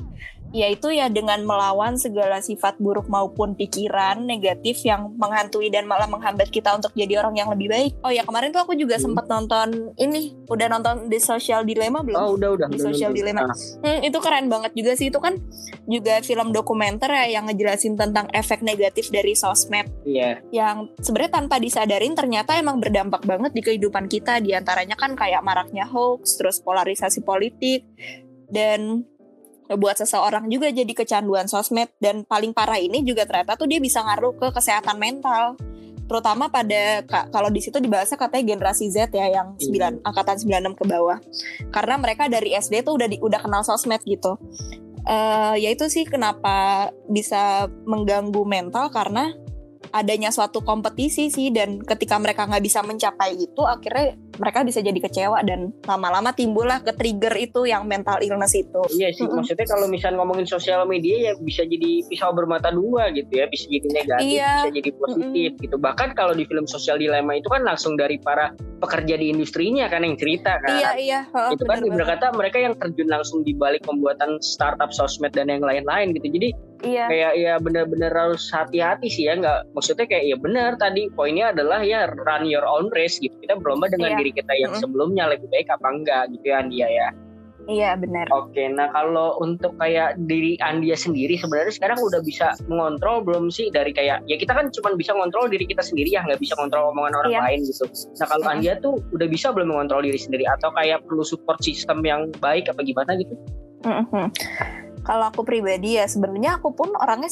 Speaker 3: yaitu ya dengan melawan segala sifat buruk maupun pikiran negatif yang menghantui dan malah menghambat kita untuk jadi orang yang lebih baik. Oh ya, kemarin tuh aku juga hmm. sempat nonton ini, udah nonton The Social Dilemma belum?
Speaker 2: Oh udah udah.
Speaker 3: The
Speaker 2: udah,
Speaker 3: Social
Speaker 2: udah,
Speaker 3: Dilemma.
Speaker 2: Ah.
Speaker 3: Hmm, itu keren banget juga sih. Itu kan juga film dokumenter ya yang ngejelasin tentang efek negatif dari sosmed.
Speaker 2: Iya.
Speaker 3: Yang sebenarnya tanpa disadarin ternyata emang berdampak banget di kehidupan kita. Di antaranya kan kayak maraknya hoax, terus polarisasi politik, dan buat seseorang juga jadi kecanduan sosmed. Dan paling parah ini juga ternyata tuh dia bisa ngaruh ke kesehatan mental, terutama pada kalau di situ dibahasnya katanya generasi Z ya, yang sembilan angkatan sembilan enam ke bawah, karena mereka dari S D tuh udah di, udah kenal sosmed gitu. Uh, ya itu sih kenapa bisa mengganggu mental, karena adanya suatu kompetisi sih, dan ketika mereka nggak bisa mencapai itu akhirnya mereka bisa jadi kecewa dan lama-lama timbullah ke trigger itu yang mental illness itu.
Speaker 2: Iya sih, mm-hmm. maksudnya kalau misalnya ngomongin sosial media ya bisa jadi pisau bermata dua gitu ya, bisa jadi negatif, iya. bisa jadi positif mm-hmm. gitu. Bahkan kalau di film Social Dilemma itu kan langsung dari para pekerja di industrinya kan yang cerita kan.
Speaker 3: Iya iya. Oh,
Speaker 2: itu kan berkata mereka yang terjun langsung di balik pembuatan startup sosmed dan yang lain-lain gitu. Jadi iya. kayak ya benar-benar harus hati-hati sih ya, nggak maksudnya kayak ya benar tadi poinnya adalah ya run your own race gitu. Kita berlomba dengan iya. diri kita yang mm-hmm. sebelumnya lebih baik apa enggak gitu ya Andia ya.
Speaker 3: Iya benar.
Speaker 2: Oke, nah kalau untuk kayak diri Andia sendiri sebenarnya sekarang udah bisa mengontrol belum sih, dari kayak ya kita kan cuma bisa mengontrol diri kita sendiri ya, nggak bisa mengontrol omongan orang iya. lain gitu. Nah kalau mm-hmm. Andia tuh udah bisa belum mengontrol diri sendiri, atau kayak perlu support system yang baik apa gimana gitu?
Speaker 3: Mm-hmm. Kalau aku pribadi ya sebenarnya aku pun orangnya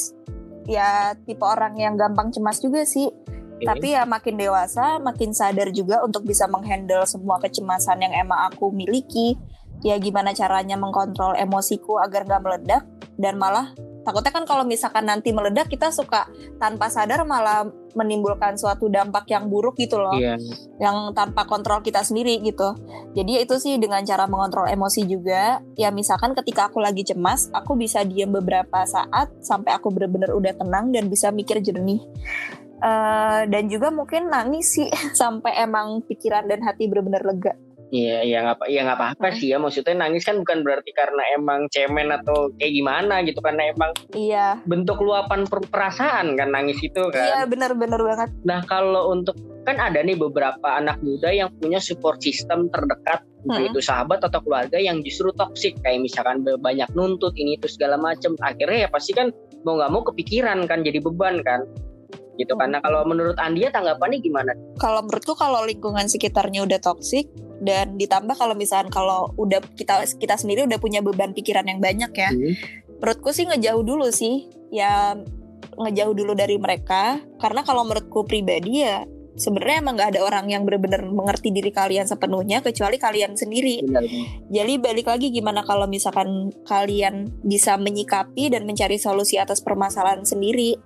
Speaker 3: ya tipe orang yang gampang cemas juga sih. Okay. Tapi ya makin dewasa makin sadar juga untuk bisa menghandle semua kecemasan yang emang aku miliki. Ya gimana caranya mengkontrol emosiku agar gak meledak, dan malah takutnya kan kalau misalkan nanti meledak kita suka tanpa sadar malah menimbulkan suatu dampak yang buruk gitu loh. Yeah. Yang tanpa kontrol kita sendiri gitu. Jadi ya itu sih dengan cara mengontrol emosi juga. Ya misalkan ketika aku lagi cemas, aku bisa diam beberapa saat sampai aku benar-benar udah tenang dan bisa mikir jernih. Uh, dan juga mungkin nangis sih sampai emang pikiran dan hati benar-benar lega.
Speaker 2: Iya, ya nggak ya nggak apa-apa hmm. sih ya. Maksudnya nangis kan bukan berarti karena emang cemen atau kayak gimana gitu, karena emang
Speaker 3: iya.
Speaker 2: bentuk luapan per- perasaan kan nangis itu kan.
Speaker 3: Iya benar-benar banget.
Speaker 2: Nah kalau untuk kan ada nih beberapa anak muda yang punya support system terdekat, hmm. itu sahabat atau keluarga yang justru toksik, kayak misalkan banyak nuntut ini itu segala macem. Akhirnya ya pasti kan mau nggak mau kepikiran kan, jadi beban kan. Gitu hmm. karena kalau menurut Andia tanggapannya gimana?
Speaker 3: Kalau menurutku kalau lingkungan sekitarnya udah toksik, dan ditambah kalau misalkan kalau udah kita kita sendiri udah punya beban pikiran yang banyak ya, hmm. menurutku sih ngejauh dulu sih, ya ngejauh dulu dari mereka. Karena kalau menurutku pribadi ya sebenarnya emang nggak ada orang yang benar-benar mengerti diri kalian sepenuhnya kecuali kalian sendiri. Benar. Jadi balik lagi gimana kalau misalkan kalian bisa menyikapi dan mencari solusi atas permasalahan sendiri.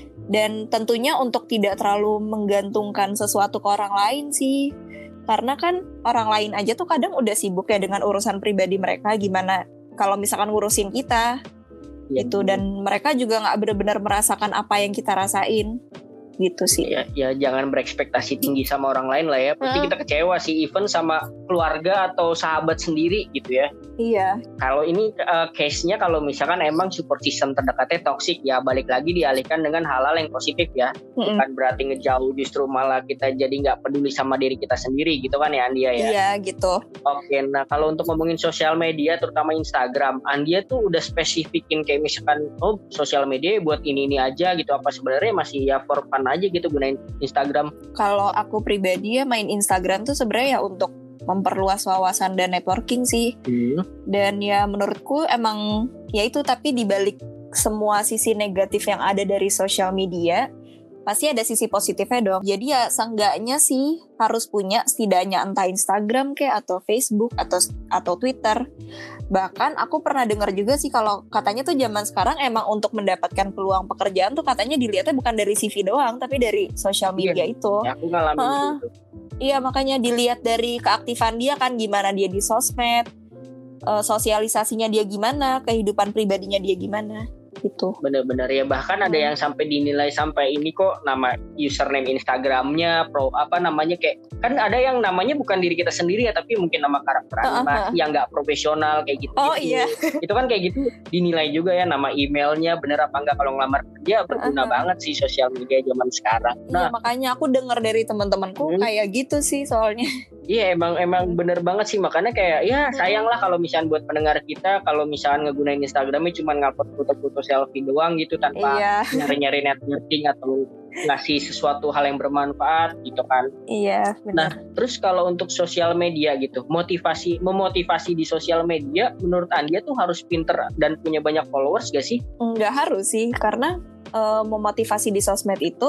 Speaker 3: Dan tentunya untuk tidak terlalu menggantungkan sesuatu ke orang lain sih. Karena kan orang lain aja tuh kadang udah sibuk ya dengan urusan pribadi mereka. Gimana kalau misalkan ngurusin kita ya, gitu. Dan mereka juga gak benar-benar merasakan apa yang kita rasain gitu sih.
Speaker 2: Ya, ya jangan berekspektasi tinggi sama orang lain lah ya. Pasti hmm. kita kecewa sih, even sama keluarga atau sahabat sendiri gitu ya.
Speaker 3: Iya.
Speaker 2: Kalau ini uh, case-nya kalau misalkan emang support system terdekatnya toksik, ya balik lagi dialihkan dengan hal-hal yang positif ya. Mm-mm. Bukan berarti ngejauh, justru malah kita jadi nggak peduli sama diri kita sendiri gitu kan ya Andia ya.
Speaker 3: Iya gitu.
Speaker 2: Oke, nah kalau untuk ngomongin sosial media terutama Instagram, Andia tuh udah spesifikin kayak misalkan oh sosial media buat ini-ini aja gitu, apa sebenarnya masih ya for fun aja gitu gunain Instagram?
Speaker 3: Kalau aku pribadi ya main Instagram tuh sebenarnya ya untuk memperluas wawasan dan networking sih. Hmm. Dan ya menurutku emang ya itu, tapi dibalik semua sisi negatif yang ada dari sosial media pasti ada sisi positifnya dong. Jadi ya seenggaknya sih harus punya setidaknya entah Instagram kayak atau Facebook atau atau Twitter. Bahkan aku pernah dengar juga sih kalau katanya tuh zaman sekarang emang untuk mendapatkan peluang pekerjaan tuh katanya dilihatnya bukan dari C V doang tapi dari sosial media iya, itu.
Speaker 2: Ya, aku ngalamin uh, itu.
Speaker 3: Iya, makanya dilihat dari keaktifan dia kan, gimana dia di sosmed, uh, sosialisasinya dia gimana, kehidupan pribadinya dia gimana. gitu.
Speaker 2: Bener-bener ya, bahkan ada
Speaker 3: Hmm.
Speaker 2: yang sampai dinilai sampai ini kok nama username Instagramnya pro apa namanya, kayak kan ada yang namanya bukan diri kita sendiri ya, tapi mungkin nama karakter
Speaker 3: Uh-uh.
Speaker 2: animasi yang nggak profesional kayak gitu.
Speaker 3: Oh iya.
Speaker 2: Itu kan kayak gitu dinilai juga ya, nama emailnya bener apa enggak. Kalau ngelamar kerja berguna
Speaker 3: Uh-uh.
Speaker 2: banget sih sosial media zaman sekarang.
Speaker 3: Iya,
Speaker 2: Nah,
Speaker 3: makanya aku dengar dari teman-temanku
Speaker 2: Hmm.
Speaker 3: kayak gitu sih soalnya.
Speaker 2: iya emang emang bener banget sih, makanya kayak ya sayang lah kalau misalnya buat pendengar kita kalau misalnya ngegunain Instagramnya cuma ngupload foto-foto selfie doang gitu tanpa
Speaker 3: Iya,
Speaker 2: nyari-nyari networking atau ngasih sesuatu hal yang bermanfaat gitu kan.
Speaker 3: iya
Speaker 2: Nah,
Speaker 3: benar.
Speaker 2: terus kalau untuk sosial media gitu, motivasi memotivasi di sosial media menurut Andia tuh harus pinter dan punya banyak followers gak sih?
Speaker 3: Nggak harus sih, karena eh, memotivasi di sosmed itu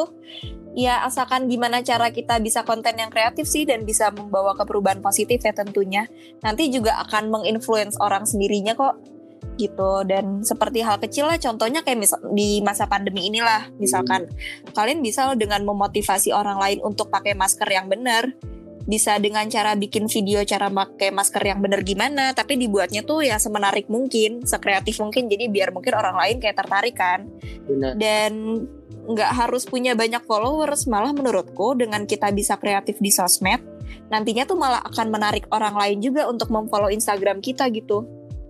Speaker 3: ya asalkan gimana cara kita bisa konten yang kreatif sih dan bisa membawa ke perubahan positif ya tentunya. Nanti juga akan menginfluence orang sendirinya kok gitu. Dan seperti hal kecil lah, contohnya kayak misal di masa pandemi inilah, misalkan kalian bisa loh dengan memotivasi orang lain untuk pakai masker yang benar. Bisa dengan cara bikin video cara pakai masker yang benar gimana, tapi dibuatnya tuh ya semenarik mungkin, sekreatif mungkin, jadi biar mungkin orang lain kayak tertarik kan.
Speaker 2: Benar.
Speaker 3: Dan nggak harus punya banyak followers, malah menurutku dengan kita bisa kreatif di sosmed, nantinya tuh malah akan menarik orang lain juga untuk memfollow Instagram kita gitu.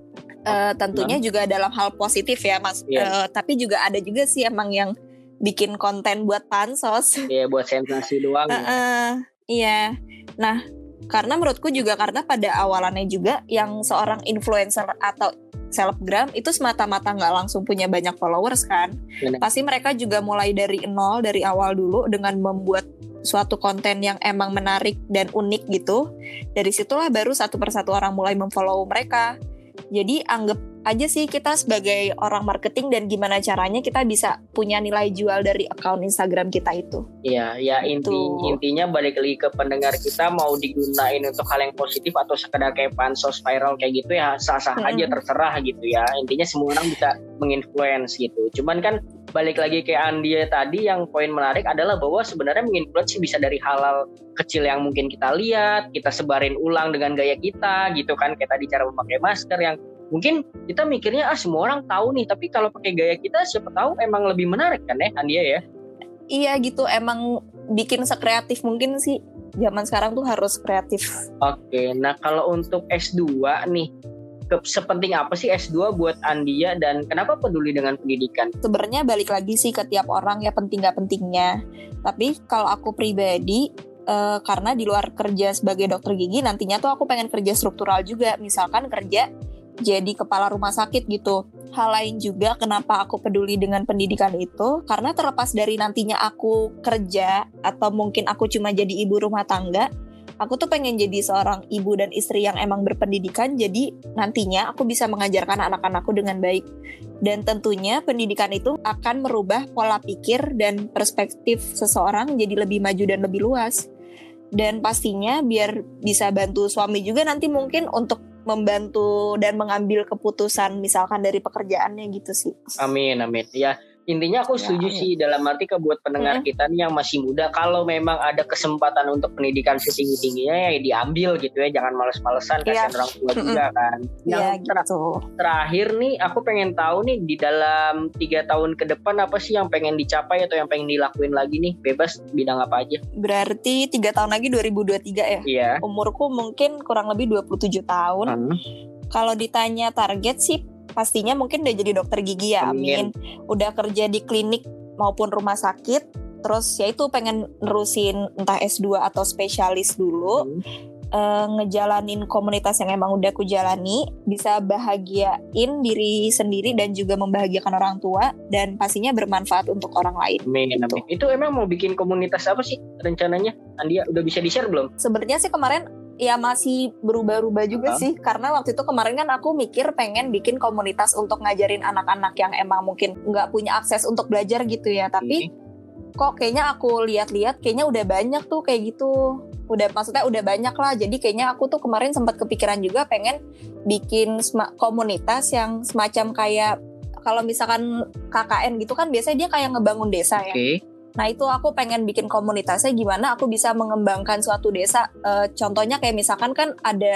Speaker 3: Eh, tentunya juga dalam hal positif ya mas.
Speaker 2: Iya.
Speaker 3: Eh, tapi juga ada juga sih emang yang bikin konten buat pansos.
Speaker 2: Ya buat sensasi doang. ya.
Speaker 3: Heeh, iya. Nah, karena menurutku juga karena pada awalannya juga yang seorang influencer atau selebgram itu semata-mata nggak langsung punya banyak followers kan.
Speaker 2: Benar.
Speaker 3: Pasti mereka juga mulai dari nol, dari awal dulu dengan membuat suatu konten yang emang menarik dan unik gitu. Dari situlah baru satu persatu orang mulai memfollow mereka. Jadi anggap aja sih kita sebagai orang marketing dan gimana caranya kita bisa punya nilai jual dari akun Instagram kita itu.
Speaker 2: Iya, ya inti
Speaker 3: Gitu.
Speaker 2: intinya balik lagi ke pendengar kita, mau digunain untuk hal yang positif atau sekedar kayak pansos viral kayak gitu ya sah-sah
Speaker 3: Mm-mm.
Speaker 2: aja, terserah gitu ya. Intinya semua orang bisa menginfluence gitu. Cuman kan balik lagi kayak Andia tadi, yang poin menarik adalah bahwa sebenarnya menginfluence sih bisa dari hal-hal kecil yang mungkin kita lihat, kita sebarin ulang dengan gaya kita gitu kan, kayak tadi cara memakai masker yang mungkin kita mikirnya ah semua orang tahu nih, tapi kalau pakai gaya kita siapa tahu emang lebih menarik kan ya Andia ya.
Speaker 3: Iya gitu, emang bikin sekreatif mungkin sih. Zaman sekarang tuh harus kreatif.
Speaker 2: Oke, nah kalau untuk S dua nih, ke- sepenting apa sih S dua buat Andia dan kenapa peduli dengan pendidikan?
Speaker 3: Sebenarnya balik lagi sih ke tiap orang ya, penting gak pentingnya. Tapi kalau aku pribadi, eh, karena di luar kerja sebagai dokter gigi, nantinya tuh aku pengen kerja struktural juga. Misalkan kerja jadi kepala rumah sakit gitu. Hal lain juga kenapa aku peduli dengan pendidikan itu, karena terlepas dari nantinya aku kerja atau mungkin aku cuma jadi ibu rumah tangga, aku tuh pengen jadi seorang ibu dan istri yang emang berpendidikan, jadi nantinya aku bisa mengajarkan anak-anakku dengan baik. Dan tentunya pendidikan itu akan merubah pola pikir dan perspektif seseorang jadi lebih maju dan lebih luas. Dan pastinya biar bisa bantu suami juga nanti mungkin untuk membantu dan mengambil keputusan misalkan dari pekerjaannya gitu sih.
Speaker 2: Amin, amin. Ya, intinya aku
Speaker 3: Ya,
Speaker 2: setuju
Speaker 3: amin.
Speaker 2: sih dalam arti ke buat pendengar
Speaker 3: Mm-mm.
Speaker 2: kita nih yang masih muda, kalau memang ada kesempatan untuk pendidikan setinggi-tingginya ya diambil gitu ya, jangan males-malesan, kasihan
Speaker 3: Iya.
Speaker 2: orang tua
Speaker 3: Mm-mm.
Speaker 2: juga kan. Yang
Speaker 3: Ya
Speaker 2: ter-
Speaker 3: gitu.
Speaker 2: terakhir nih, aku pengen tahu nih di dalam tiga tahun ke depan apa sih yang pengen dicapai atau yang pengen dilakuin lagi nih, bebas bidang apa aja.
Speaker 3: Berarti tiga tahun lagi dua ribu dua puluh tiga ya.
Speaker 2: Iya.
Speaker 3: Umurku mungkin kurang lebih dua puluh tujuh tahun.
Speaker 2: Hmm.
Speaker 3: Kalau ditanya target sih pastinya mungkin udah jadi dokter gigi ya,
Speaker 2: Amin.
Speaker 3: amin. Udah kerja di klinik maupun rumah sakit. Terus ya itu pengen nerusin entah S dua atau spesialis dulu.
Speaker 2: Hmm.
Speaker 3: Eh, ngejalanin komunitas yang emang udah aku jalani, bisa bahagiain diri sendiri dan juga membahagiakan orang tua, dan pastinya bermanfaat untuk orang lain.
Speaker 2: Amin, amin. Itu emang mau bikin komunitas apa sih rencananya? Andia udah bisa di-share belum?
Speaker 3: Sebenarnya sih kemarin ya masih berubah-ubah juga
Speaker 2: Hah?
Speaker 3: sih, karena waktu itu kemarin kan aku mikir pengen bikin komunitas untuk ngajarin anak-anak yang emang mungkin nggak punya akses untuk belajar gitu ya, tapi kok kayaknya aku lihat-lihat kayaknya udah banyak tuh kayak gitu. Udah maksudnya udah banyak lah. Jadi kayaknya aku tuh kemarin sempat kepikiran juga pengen bikin sema- komunitas yang semacam kayak kalau misalkan K K N gitu kan biasanya dia kayak ngebangun desa ya.
Speaker 2: Oke.
Speaker 3: Nah itu aku pengen bikin komunitasnya gimana aku bisa mengembangkan suatu desa. E, contohnya kayak misalkan kan ada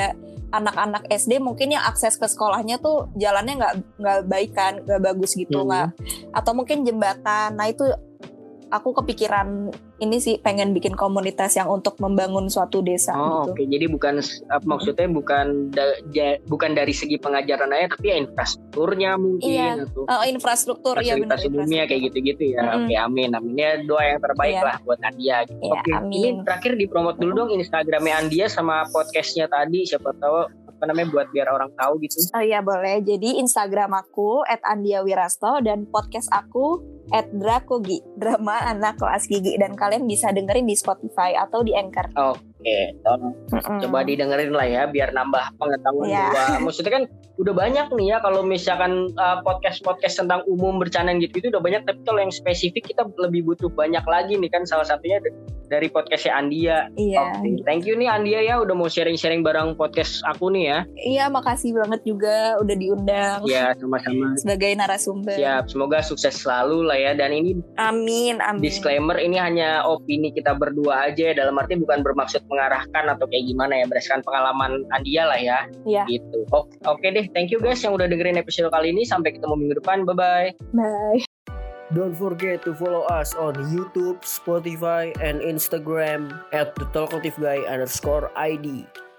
Speaker 3: anak-anak S D mungkin yang akses ke sekolahnya tuh jalannya nggak nggak baik kan, nggak bagus gitu nggak, hmm. atau mungkin jembatan. Nah itu aku kepikiran ini sih pengen bikin komunitas yang untuk membangun suatu desa.
Speaker 2: Oh
Speaker 3: gitu.
Speaker 2: Oke, okay. Jadi bukan uh, maksudnya bukan da, ja, bukan dari segi pengajaran aja, tapi ya infrastrukturnya mungkin.
Speaker 3: Iya.
Speaker 2: Atau
Speaker 3: uh, infrastruktur ya benar.
Speaker 2: Fasilitas umumnya kayak gitu-gitu ya. Mm-hmm. Oke, okay, amin, amin. Ya doa yang terbaik yeah. lah buat Andia. Gitu.
Speaker 3: Yeah,
Speaker 2: Oke, okay. Ini terakhir dipromot dulu dong Instagramnya Andia sama podcastnya tadi. Siapa tahu apa namanya buat biar orang tahu gitu.
Speaker 3: Oh iya boleh. Jadi Instagram aku et andia wirasto dan podcast aku et drakogi, drama anak kelas gigi, dan kalian bisa dengerin di Spotify atau di Anchor.
Speaker 2: Oke, okay. Coba didengerin lah ya biar nambah pengetahuan
Speaker 3: yeah.
Speaker 2: gua. Maksudnya kan udah banyak nih ya kalau misalkan uh, podcast-podcast tentang umum bercandaan gitu itu udah banyak, tapi kalau yang spesifik kita lebih butuh banyak lagi nih kan, salah satunya dari podcastnya Andia.
Speaker 3: Iya.
Speaker 2: Okay. Thank you nih Andia ya udah mau sharing-sharing bareng podcast aku nih ya.
Speaker 3: Iya, makasih banget juga udah diundang.
Speaker 2: Iya, sama-sama.
Speaker 3: Sebagai narasumber.
Speaker 2: Siap, semoga sukses selalu lah ya. Dan ini
Speaker 3: amin, amin.
Speaker 2: Disclaimer, ini hanya opini kita berdua aja, dalam arti bukan bermaksud mengarahkan atau kayak gimana ya, berdasarkan pengalaman Andia lah ya.
Speaker 3: Iya.
Speaker 2: Gitu. Oke, oke deh, thank you guys yang udah dengerin episode kali ini. Sampai ketemu minggu depan. Bye-bye.
Speaker 3: Bye.
Speaker 1: Don't forget to follow us on YouTube, Spotify, and Instagram at the talkative guy underscore I D.